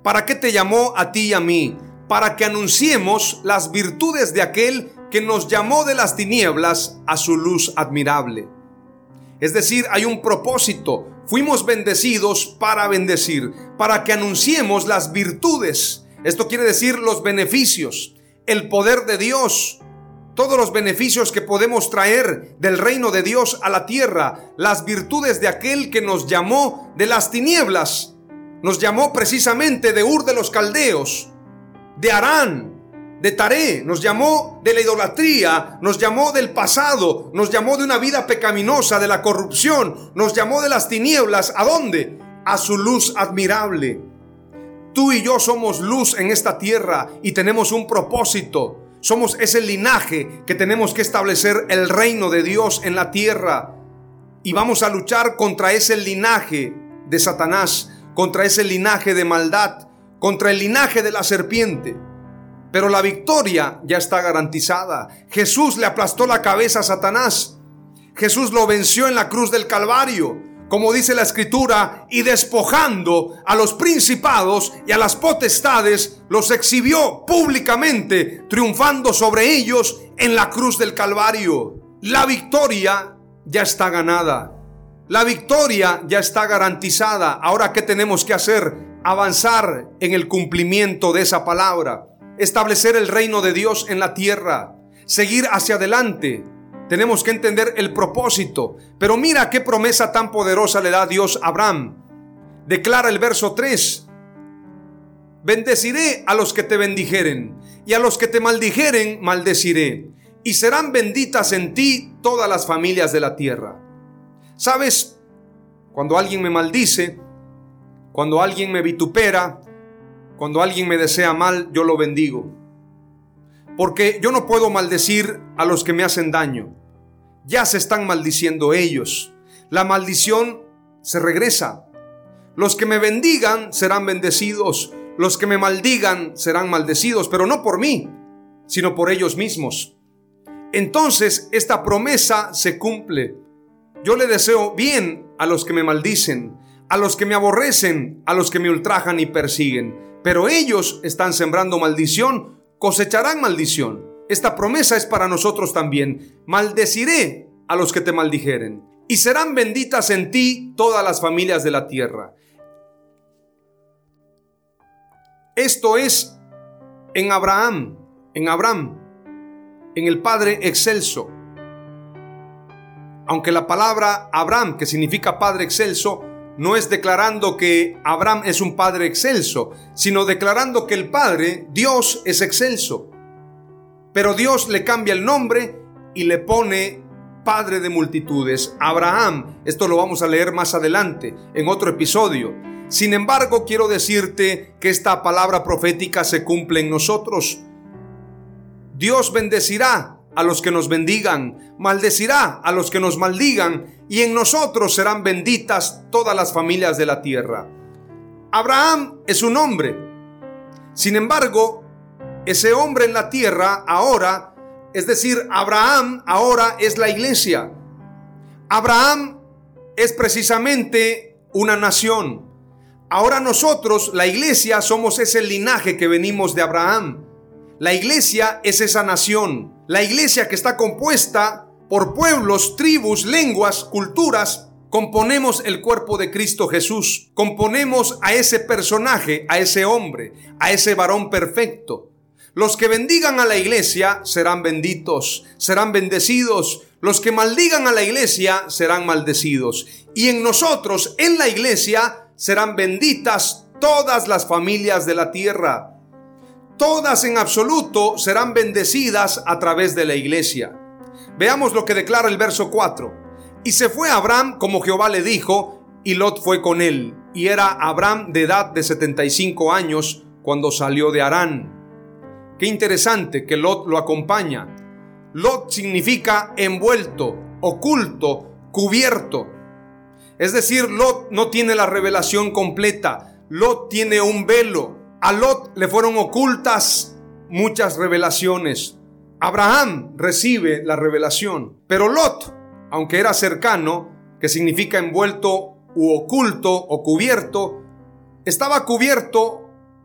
¿Para qué te llamó a ti y a mí? Para que anunciemos las virtudes de aquel que nos llamó de las tinieblas a su luz admirable. Es decir, hay un propósito. Fuimos bendecidos para bendecir, para que anunciemos las virtudes. Esto quiere decir los beneficios, el poder de Dios, todos los beneficios que podemos traer del reino de Dios a la tierra, las virtudes de aquel que nos llamó de las tinieblas. Nos llamó precisamente de Ur de los Caldeos, de Harán, de Taré, nos llamó de la idolatría, nos llamó del pasado, nos llamó de una vida pecaminosa, de la corrupción, nos llamó de las tinieblas. ¿A dónde? A su luz admirable. Tú y yo somos luz en esta tierra y tenemos un propósito. Somos ese linaje que tenemos que establecer el reino de Dios en la tierra. Y vamos a luchar contra ese linaje de Satanás, contra ese linaje de maldad, contra el linaje de la serpiente. Pero la victoria ya está garantizada. Jesús le aplastó la cabeza a Satanás. Jesús lo venció en la cruz del Calvario, como dice la Escritura, y despojando a los principados y a las potestades, los exhibió públicamente, triunfando sobre ellos en la cruz del Calvario. La victoria ya está ganada. La victoria ya está garantizada. Ahora, ¿qué tenemos que hacer? Avanzar en el cumplimiento de esa palabra. Establecer el reino de Dios en la tierra, seguir hacia adelante. Tenemos que entender el propósito. Pero mira qué promesa tan poderosa le da Dios a Abraham. Declara el verso 3: bendeciré a los que te bendijeren, y a los que te maldijeren maldeciré, y serán benditas en ti todas las familias de la tierra. ¿Sabes? Cuando alguien me maldice, cuando alguien me vitupera, cuando alguien me desea mal, yo lo bendigo. Porque yo no puedo maldecir a los que me hacen daño. Ya se están maldiciendo ellos. La maldición se regresa. Los que me bendigan serán bendecidos. Los que me maldigan serán maldecidos, pero no por mí, sino por ellos mismos. Entonces esta promesa se cumple. Yo le deseo bien a los que me maldicen, a los que me aborrecen, a los que me ultrajan y persiguen. Pero ellos están sembrando maldición, cosecharán maldición. Esta promesa es para nosotros también. Maldeciré a los que te maldijeren, y serán benditas en ti todas las familias de la tierra. Esto es en Abraham, en el Padre excelso. Aunque la palabra Abraham, que significa Padre excelso, no es declarando que Abraham es un padre excelso, sino declarando que el Padre, Dios, es excelso. Pero Dios le cambia el nombre y le pone Padre de multitudes, Abraham. Esto lo vamos a leer más adelante, en otro episodio. Sin embargo, quiero decirte que esta palabra profética se cumple en nosotros. Dios bendecirá a los que nos bendigan, maldecirá a los que nos maldigan, y en nosotros serán benditas todas las familias de la tierra. Abraham es un hombre. Sin embargo, ese hombre en la tierra ahora, es decir, Abraham ahora es la iglesia. Abraham es precisamente una nación. Ahora nosotros, la iglesia, somos ese linaje que venimos de Abraham. La iglesia es esa nación. La iglesia que está compuesta por pueblos, tribus, lenguas, culturas. Componemos el cuerpo de Cristo Jesús. Componemos a ese personaje, a ese hombre, a ese varón perfecto. Los que bendigan a la iglesia serán benditos, serán bendecidos. Los que maldigan a la iglesia serán maldecidos. Y en nosotros, en la iglesia, serán benditas todas las familias de la tierra. Todas en absoluto serán bendecidas a través de la iglesia. Veamos lo que declara el verso 4. Y se fue Abraham como Jehová le dijo, y Lot fue con él. Y era Abraham de edad de 75 años cuando salió de Harán. Qué interesante que Lot lo acompaña. Lot significa envuelto, oculto, cubierto. Es decir, Lot no tiene la revelación completa. Lot tiene un velo. A Lot le fueron ocultas muchas revelaciones. Abraham recibe la revelación. Pero Lot, aunque era cercano, que significa envuelto u oculto o cubierto, estaba cubierto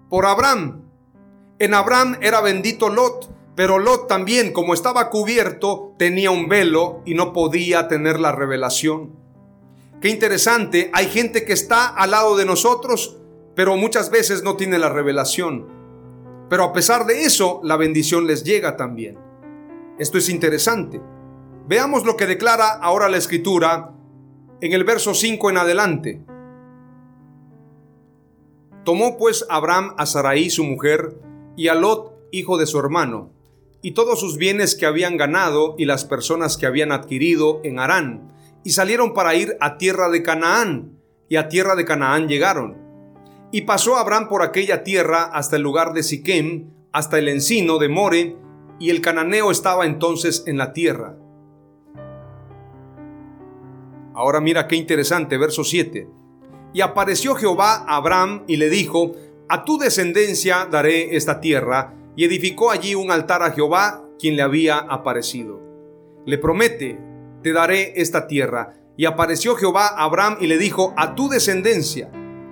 por Abraham. En Abraham era bendito Lot, pero Lot también, como estaba cubierto, tenía un velo y no podía tener la revelación. Qué interesante, hay gente que está al lado de nosotros, pero muchas veces no tiene la revelación. Pero a pesar de eso, la bendición les llega también. Esto es interesante. Veamos lo que declara ahora la Escritura en el verso 5 en adelante. Tomó pues Abraham a Sarai su mujer y a Lot hijo de su hermano, y todos sus bienes que habían ganado y las personas que habían adquirido en Harán, y salieron para ir a tierra de Canaán, y a tierra de Canaán llegaron. Y pasó Abraham por aquella tierra hasta el lugar de Siquem, hasta el encino de More, y el cananeo estaba entonces en la tierra. Ahora mira qué interesante, verso 7. Y apareció Jehová a Abraham y le dijo: a tu descendencia daré esta tierra, y edificó allí un altar a Jehová, quien le había aparecido. Le promete: te daré esta tierra. Y apareció Jehová a Abraham y le dijo: a tu descendencia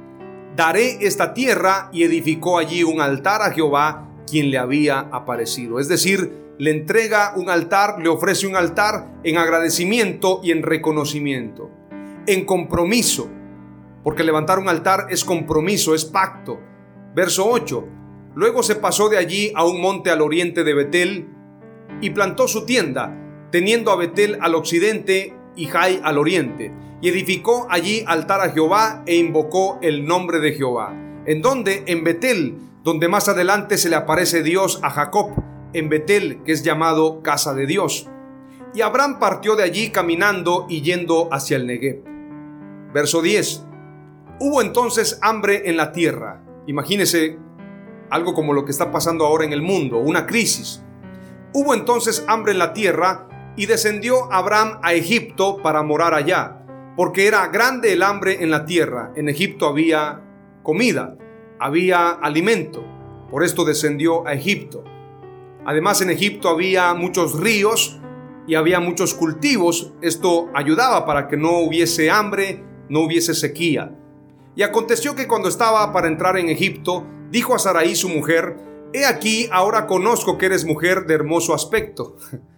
daré esta tierra, y edificó allí un altar a Jehová, quien le había aparecido. Es decir, le entrega un altar, le ofrece un altar en agradecimiento y en reconocimiento, en compromiso, porque levantar un altar es compromiso, es pacto. Verso 8. Luego se pasó de allí a un monte al oriente de Betel y plantó su tienda, teniendo a Betel al occidente y Jai al oriente, y edificó allí altar a Jehová e invocó el nombre de Jehová. ¿En dónde? En Betel, donde más adelante se le aparece Dios a Jacob, en Betel, que es llamado casa de Dios. Y Abraham partió de allí caminando y yendo hacia el Negev. Verso 10. Hubo entonces hambre en la tierra. Imagínese algo como lo que está pasando ahora en el mundo, una crisis. Hubo entonces hambre en la tierra, y descendió Abraham a Egipto para morar allá, porque era grande el hambre en la tierra. En Egipto había comida, había alimento, por esto descendió a Egipto. Además, en Egipto había muchos ríos y había muchos cultivos. Esto ayudaba para que no hubiese hambre, no hubiese sequía. Y aconteció que cuando estaba para entrar en Egipto, dijo a Sarai su mujer: he aquí, ahora conozco que eres mujer de hermoso aspecto.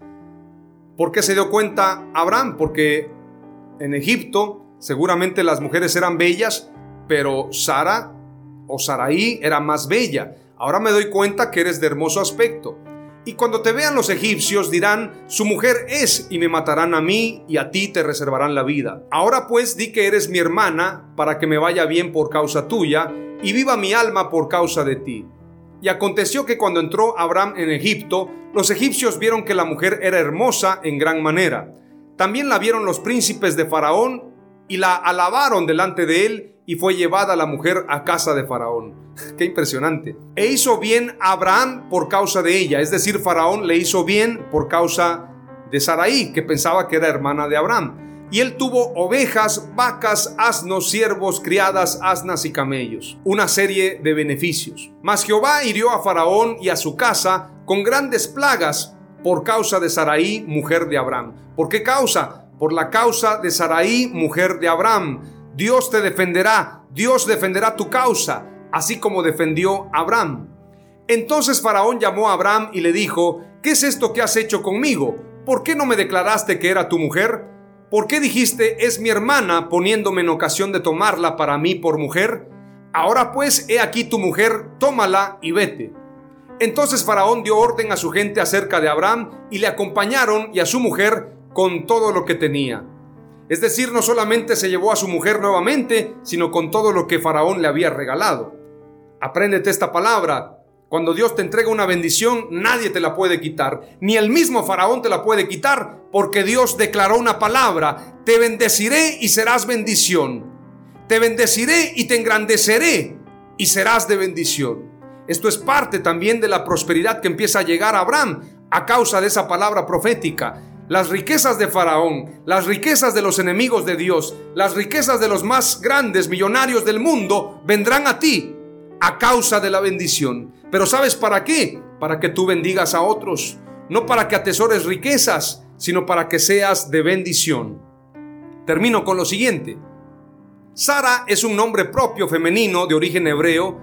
¿Por qué se dio cuenta Abraham? Porque en Egipto seguramente las mujeres eran bellas, pero Sara o Sarai era más bella. Ahora me doy cuenta que eres de hermoso aspecto. Y cuando te vean los egipcios dirán: su mujer es, y me matarán a mí, y a ti te reservarán la vida. Ahora pues di que eres mi hermana, para que me vaya bien por causa tuya, y viva mi alma por causa de ti. Y aconteció que cuando entró Abraham en Egipto, los egipcios vieron que la mujer era hermosa en gran manera. También la vieron los príncipes de Faraón, y la alabaron delante de él, y fue llevada la mujer a casa de Faraón. Qué impresionante. E hizo bien a Abraham por causa de ella, es decir, Faraón le hizo bien por causa de Sarai, que pensaba que era hermana de Abraham. Y él tuvo ovejas, vacas, asnos, siervos, criadas, asnas y camellos. Una serie de beneficios. Mas Jehová hirió a Faraón y a su casa con grandes plagas por causa de Sarai, mujer de Abraham. ¿Por qué causa? Por la causa de Sarai, mujer de Abraham. Dios te defenderá, Dios defenderá tu causa, así como defendió a Abraham. Entonces Faraón llamó a Abraham y le dijo: ¿qué es esto que has hecho conmigo? ¿Por qué no me declaraste que era tu mujer? ¿Por qué dijiste: es mi hermana, poniéndome en ocasión de tomarla para mí por mujer? Ahora pues, he aquí tu mujer, tómala y vete. Entonces Faraón dio orden a su gente acerca de Abraham, y le acompañaron y a su mujer con todo lo que tenía. Es decir, no solamente se llevó a su mujer nuevamente, sino con todo lo que Faraón le había regalado. Apréndete esta palabra. Cuando Dios te entrega una bendición, nadie te la puede quitar. Ni el mismo Faraón te la puede quitar, porque Dios declaró una palabra: te bendeciré y serás bendición. Te bendeciré y te engrandeceré y serás de bendición. Esto es parte también de la prosperidad que empieza a llegar a Abraham a causa de esa palabra profética. Las riquezas de Faraón, las riquezas de los enemigos de Dios, las riquezas de los más grandes millonarios del mundo vendrán a ti a causa de la bendición. Pero ¿sabes para qué? Para que tú bendigas a otros, no para que atesores riquezas, sino para que seas de bendición. Termino con lo siguiente. Sara es un nombre propio femenino de origen hebreo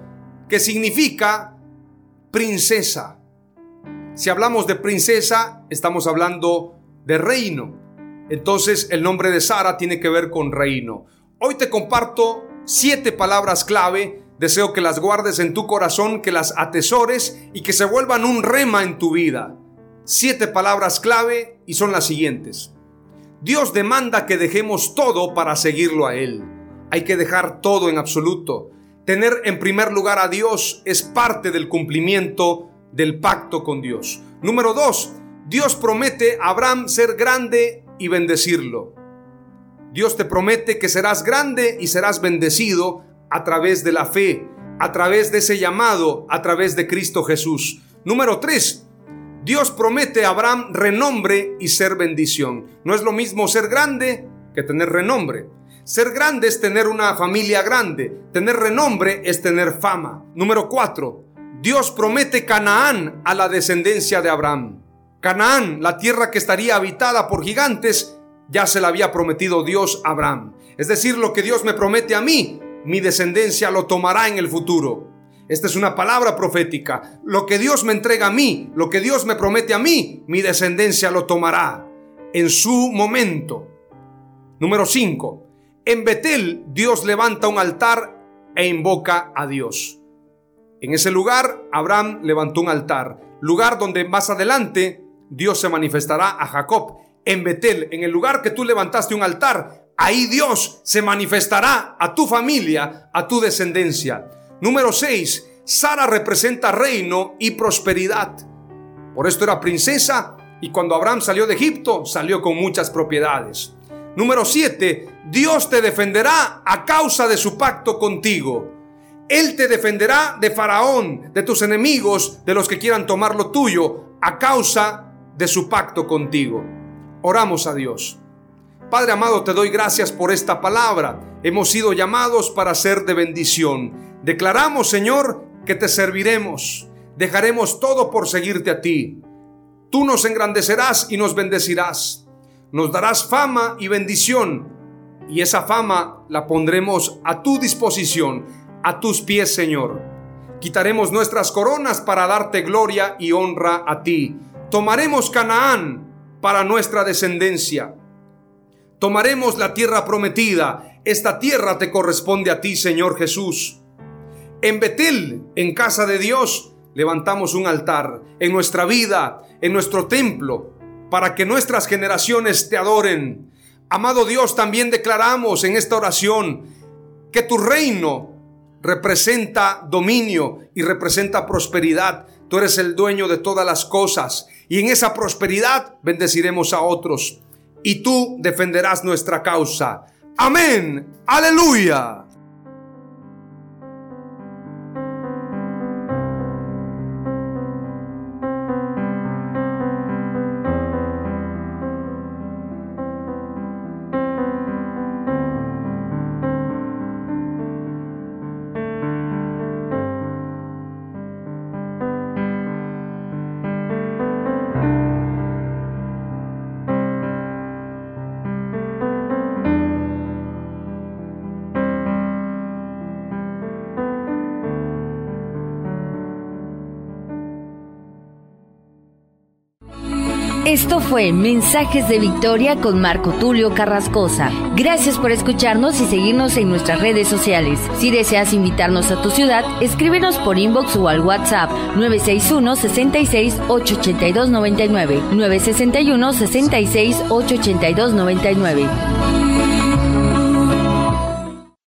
que significa princesa. Si hablamos de princesa, estamos hablando de reino. Entonces el nombre de Sara tiene que ver con reino. Hoy te comparto 7 palabras clave. Deseo que las guardes en tu corazón, que las atesores y que se vuelvan un rema en tu vida. 7 palabras clave y son las siguientes. Dios demanda que dejemos todo para seguirlo a Él. Hay que dejar todo en absoluto. Tener en primer lugar a Dios es parte del cumplimiento del pacto con Dios. Número 2, Dios promete a Abraham ser grande y bendecirlo. Dios te promete que serás grande y serás bendecido a través de la fe, a través de ese llamado, a través de Cristo Jesús. Número 3, Dios promete a Abraham renombre y ser bendición. No es lo mismo ser grande que tener renombre. Ser grande es tener una familia grande. Tener renombre es tener fama. Número 4, Dios promete Canaán a la descendencia de Abraham. Canaán, la tierra que estaría habitada por gigantes, ya se la había prometido Dios a Abraham. Es decir, lo que Dios me promete a mí, mi descendencia lo tomará en el futuro. Esta es una palabra profética. Lo que Dios me entrega a mí, lo que Dios me promete a mí, mi descendencia lo tomará en su momento. Número 5. En Betel, Dios levanta un altar e invoca a Dios. En ese lugar, Abraham levantó un altar, lugar donde más adelante Dios se manifestará a Jacob. En Betel, en el lugar que tú levantaste un altar, ahí Dios se manifestará a tu familia, a tu descendencia. Número 6. Sara representa reino y prosperidad. Por esto era princesa y cuando Abraham salió de Egipto, salió con muchas propiedades. Número 7. Dios te defenderá a causa de su pacto contigo. Él te defenderá de Faraón, de tus enemigos, de los que quieran tomar lo tuyo, a causa de su pacto contigo. Oramos a Dios. Padre amado, te doy gracias por esta palabra. Hemos sido llamados para ser de bendición. Declaramos, Señor, que te serviremos. Dejaremos todo por seguirte a ti. Tú nos engrandecerás y nos bendecirás. Nos darás fama y bendición. Y esa fama la pondremos a tu disposición, a tus pies, Señor. Quitaremos nuestras coronas para darte gloria y honra a ti. Tomaremos Canaán para nuestra descendencia. Tomaremos la tierra prometida. Esta tierra te corresponde a ti, Señor Jesús. En Betel, en casa de Dios, levantamos un altar en nuestra vida, en nuestro templo, para que nuestras generaciones te adoren. Amado Dios, también declaramos en esta oración que tu reino representa dominio y representa prosperidad. Tú eres el dueño de todas las cosas y en esa prosperidad bendeciremos a otros. Y tú defenderás nuestra causa. Amén. Aleluya. Esto fue Mensajes de Victoria con Marco Tulio Carrascosa. Gracias por escucharnos y seguirnos en nuestras redes sociales. Si deseas invitarnos a tu ciudad, escríbenos por inbox o al WhatsApp 961-66-882-99, 961-66-882-99.